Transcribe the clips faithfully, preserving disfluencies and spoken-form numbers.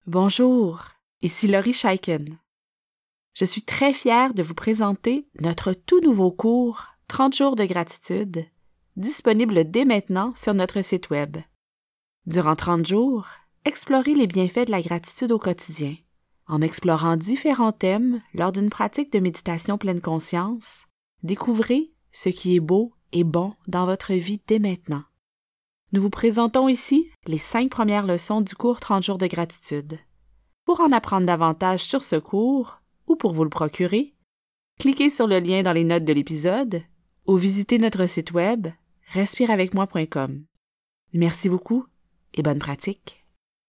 Bonjour, ici Laurie Scheiken. Je suis très fière de vous présenter notre tout nouveau cours trente jours de gratitude, disponible dès maintenant sur notre site Web. Durant trente jours, explorez les bienfaits de la gratitude au quotidien, en explorant différents thèmes lors d'une pratique de méditation pleine conscience. Découvrez ce qui est beau et bon dans votre vie dès maintenant. Nous vous présentons ici les cinq premières leçons du cours trente jours de gratitude. Pour en apprendre davantage sur ce cours, ou pour vous le procurer, cliquez sur le lien dans les notes de l'épisode ou visitez notre site web respire avec moi point com. Merci beaucoup et bonne pratique.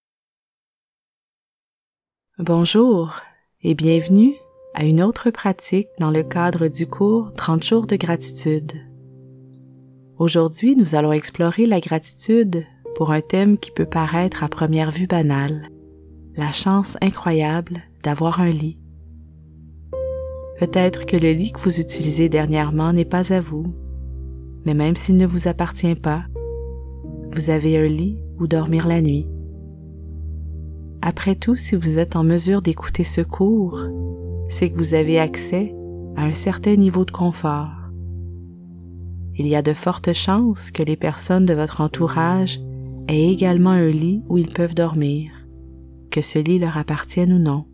Bonjour et bienvenue à une autre pratique dans le cadre du cours trente jours de gratitude. Aujourd'hui, nous allons explorer la gratitude pour un thème qui peut paraître à première vue banal, la chance incroyable d'avoir un lit. Peut-être que le lit que vous utilisez dernièrement n'est pas à vous, mais même s'il ne vous appartient pas, vous avez un lit où dormir la nuit. Après tout, si vous êtes en mesure d'écouter ce cours, c'est que vous avez accès à un certain niveau de confort. Il y a de fortes chances que les personnes de votre entourage aient également un lit où ils peuvent dormir, que ce lit leur appartienne ou non.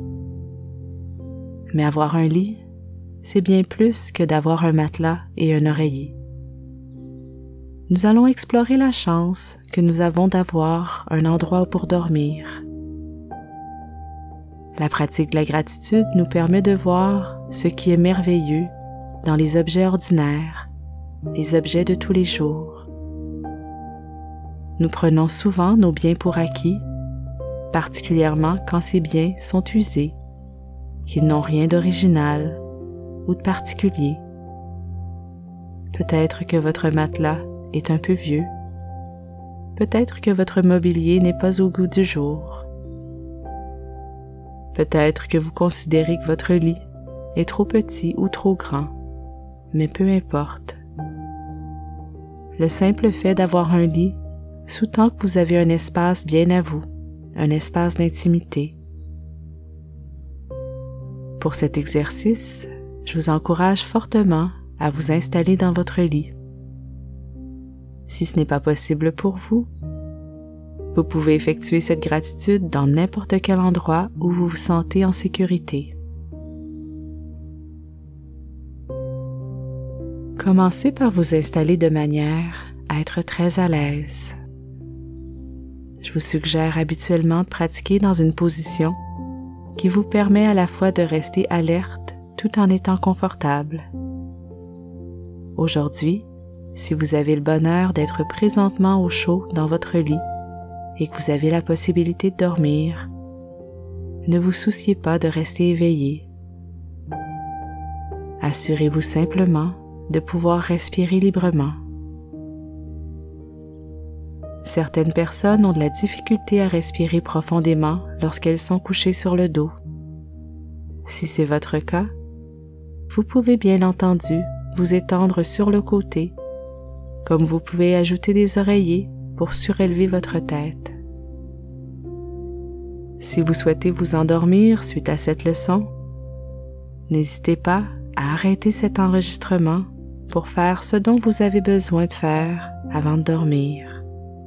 Mais avoir un lit, c'est bien plus que d'avoir un matelas et un oreiller. Nous allons explorer la chance que nous avons d'avoir un endroit pour dormir. La pratique de la gratitude nous permet de voir ce qui est merveilleux dans les objets ordinaires, les objets de tous les jours. Nous prenons souvent nos biens pour acquis, particulièrement quand ces biens sont usés, qu'ils n'ont rien d'original ou de particulier. Peut-être que votre matelas est un peu vieux, peut-être que votre mobilier n'est pas au goût du jour, peut-être que vous considérez que votre lit est trop petit ou trop grand, mais peu importe. Le simple fait d'avoir un lit sous-tend que vous avez un espace bien à vous, un espace d'intimité. Pour cet exercice, je vous encourage fortement à vous installer dans votre lit. Si ce n'est pas possible pour vous, vous pouvez effectuer cette gratitude dans n'importe quel endroit où vous vous sentez en sécurité. Commencez par vous installer de manière à être très à l'aise. Je vous suggère habituellement de pratiquer dans une position qui vous permet à la fois de rester alerte tout en étant confortable. Aujourd'hui, si vous avez le bonheur d'être présentement au chaud dans votre lit et que vous avez la possibilité de dormir, ne vous souciez pas de rester éveillé. Assurez-vous simplement de pouvoir respirer librement. Certaines personnes ont de la difficulté à respirer profondément lorsqu'elles sont couchées sur le dos. Si c'est votre cas, vous pouvez bien entendu vous étendre sur le côté, comme vous pouvez ajouter des oreillers pour surélever votre tête. Si vous souhaitez vous endormir suite à cette leçon, n'hésitez pas à arrêter cet enregistrement pour faire ce dont vous avez besoin de faire avant de dormir.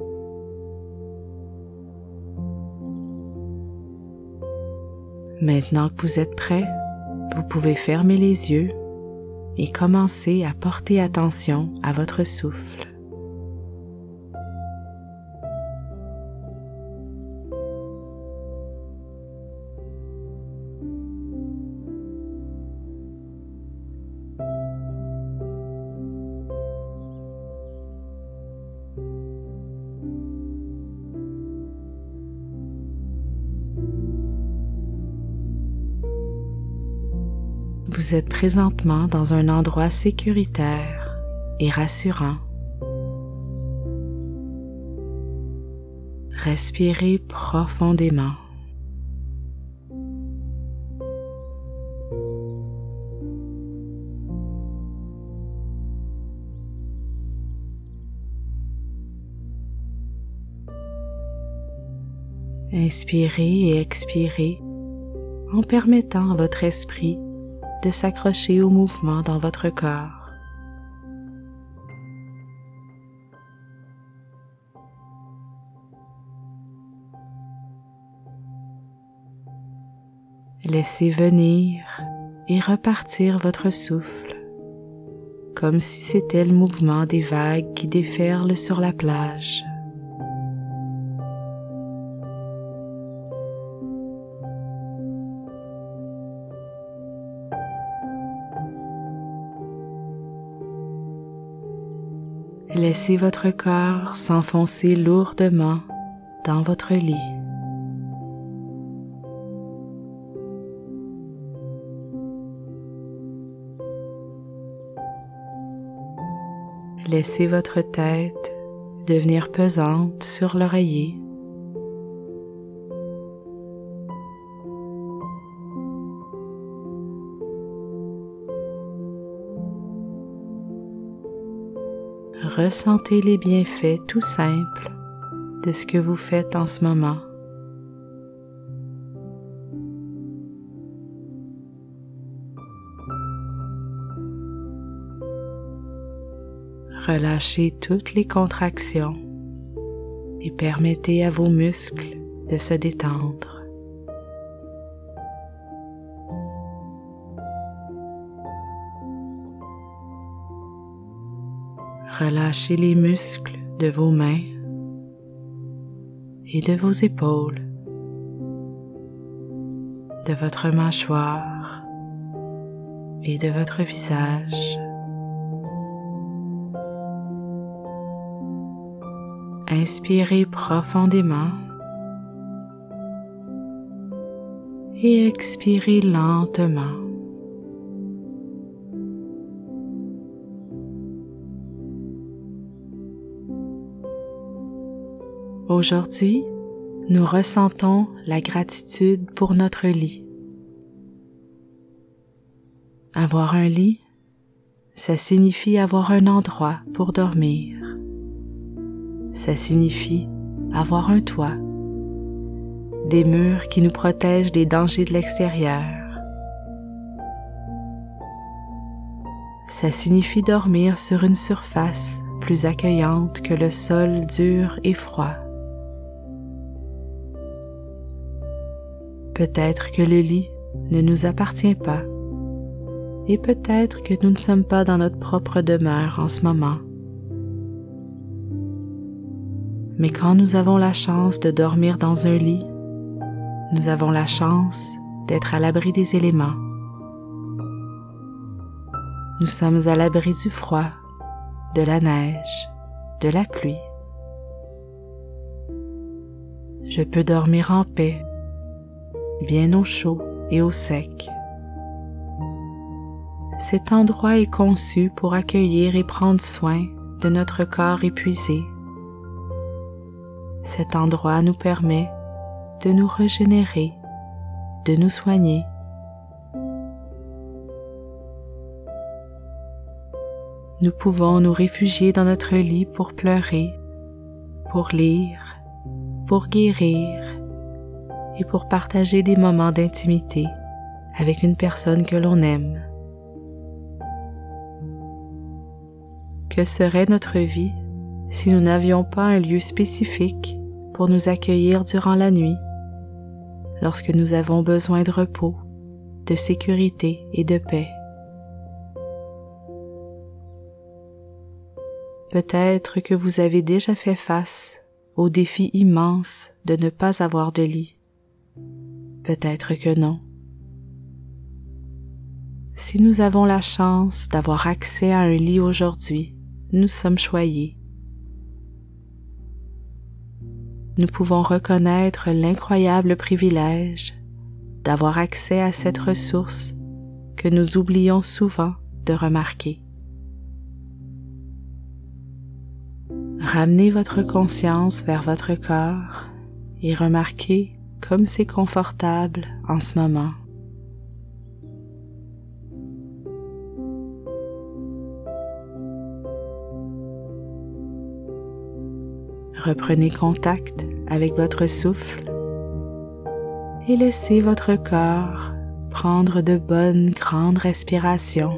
Maintenant que vous êtes prêt, vous pouvez fermer les yeux et commencer à porter attention à votre souffle. Vous êtes présentement dans un endroit sécuritaire et rassurant. Respirez profondément. Inspirez et expirez en permettant à votre esprit de s'accrocher au mouvement dans votre corps. Laissez venir et repartir votre souffle, comme si c'était le mouvement des vagues qui déferlent sur la plage. Laissez votre corps s'enfoncer lourdement dans votre lit. Laissez votre tête devenir pesante sur l'oreiller. Ressentez les bienfaits tout simples de ce que vous faites en ce moment. Relâchez toutes les contractions et permettez à vos muscles de se détendre. Relâchez les muscles de vos mains et de vos épaules, de votre mâchoire et de votre visage. Inspirez profondément et expirez lentement. Aujourd'hui, nous ressentons la gratitude pour notre lit. Avoir un lit, ça signifie avoir un endroit pour dormir. Ça signifie avoir un toit, des murs qui nous protègent des dangers de l'extérieur. Ça signifie dormir sur une surface plus accueillante que le sol dur et froid. Peut-être que le lit ne nous appartient pas, et peut-être que nous ne sommes pas dans notre propre demeure en ce moment. Mais quand nous avons la chance de dormir dans un lit, nous avons la chance d'être à l'abri des éléments. Nous sommes à l'abri du froid, de la neige, de la pluie. Je peux dormir en paix, bien au chaud et au sec. Cet endroit est conçu pour accueillir et prendre soin de notre corps épuisé. Cet endroit nous permet de nous régénérer, de nous soigner. Nous pouvons nous réfugier dans notre lit pour pleurer, pour lire, pour guérir et pour partager des moments d'intimité avec une personne que l'on aime. Que serait notre vie si nous n'avions pas un lieu spécifique pour nous accueillir durant la nuit, lorsque nous avons besoin de repos, de sécurité et de paix? Peut-être que vous avez déjà fait face au défi immense de ne pas avoir de lit. Peut-être que non. Si nous avons la chance d'avoir accès à un lit aujourd'hui, nous sommes choyés. Nous pouvons reconnaître l'incroyable privilège d'avoir accès à cette ressource que nous oublions souvent de remarquer. Ramenez votre conscience vers votre corps et remarquez comme c'est confortable en ce moment. Reprenez contact avec votre souffle et laissez votre corps prendre de bonnes grandes respirations.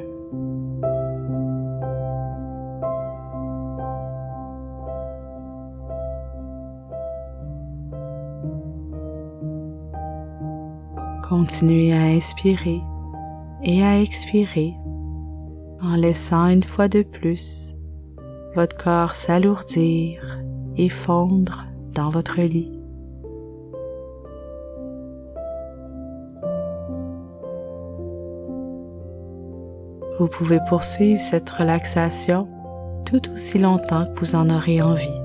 Continuez à inspirer et à expirer en laissant une fois de plus votre corps s'alourdir et fondre dans votre lit. Vous pouvez poursuivre cette relaxation tout aussi longtemps que vous en aurez envie.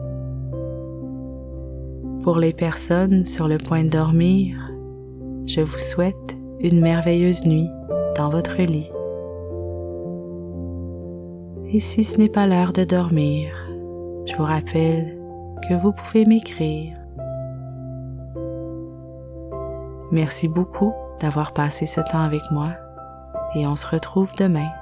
Pour les personnes sur le point de dormir, je vous souhaite une merveilleuse nuit dans votre lit. Et si ce n'est pas l'heure de dormir, je vous rappelle que vous pouvez m'écrire. Merci beaucoup d'avoir passé ce temps avec moi et on se retrouve demain.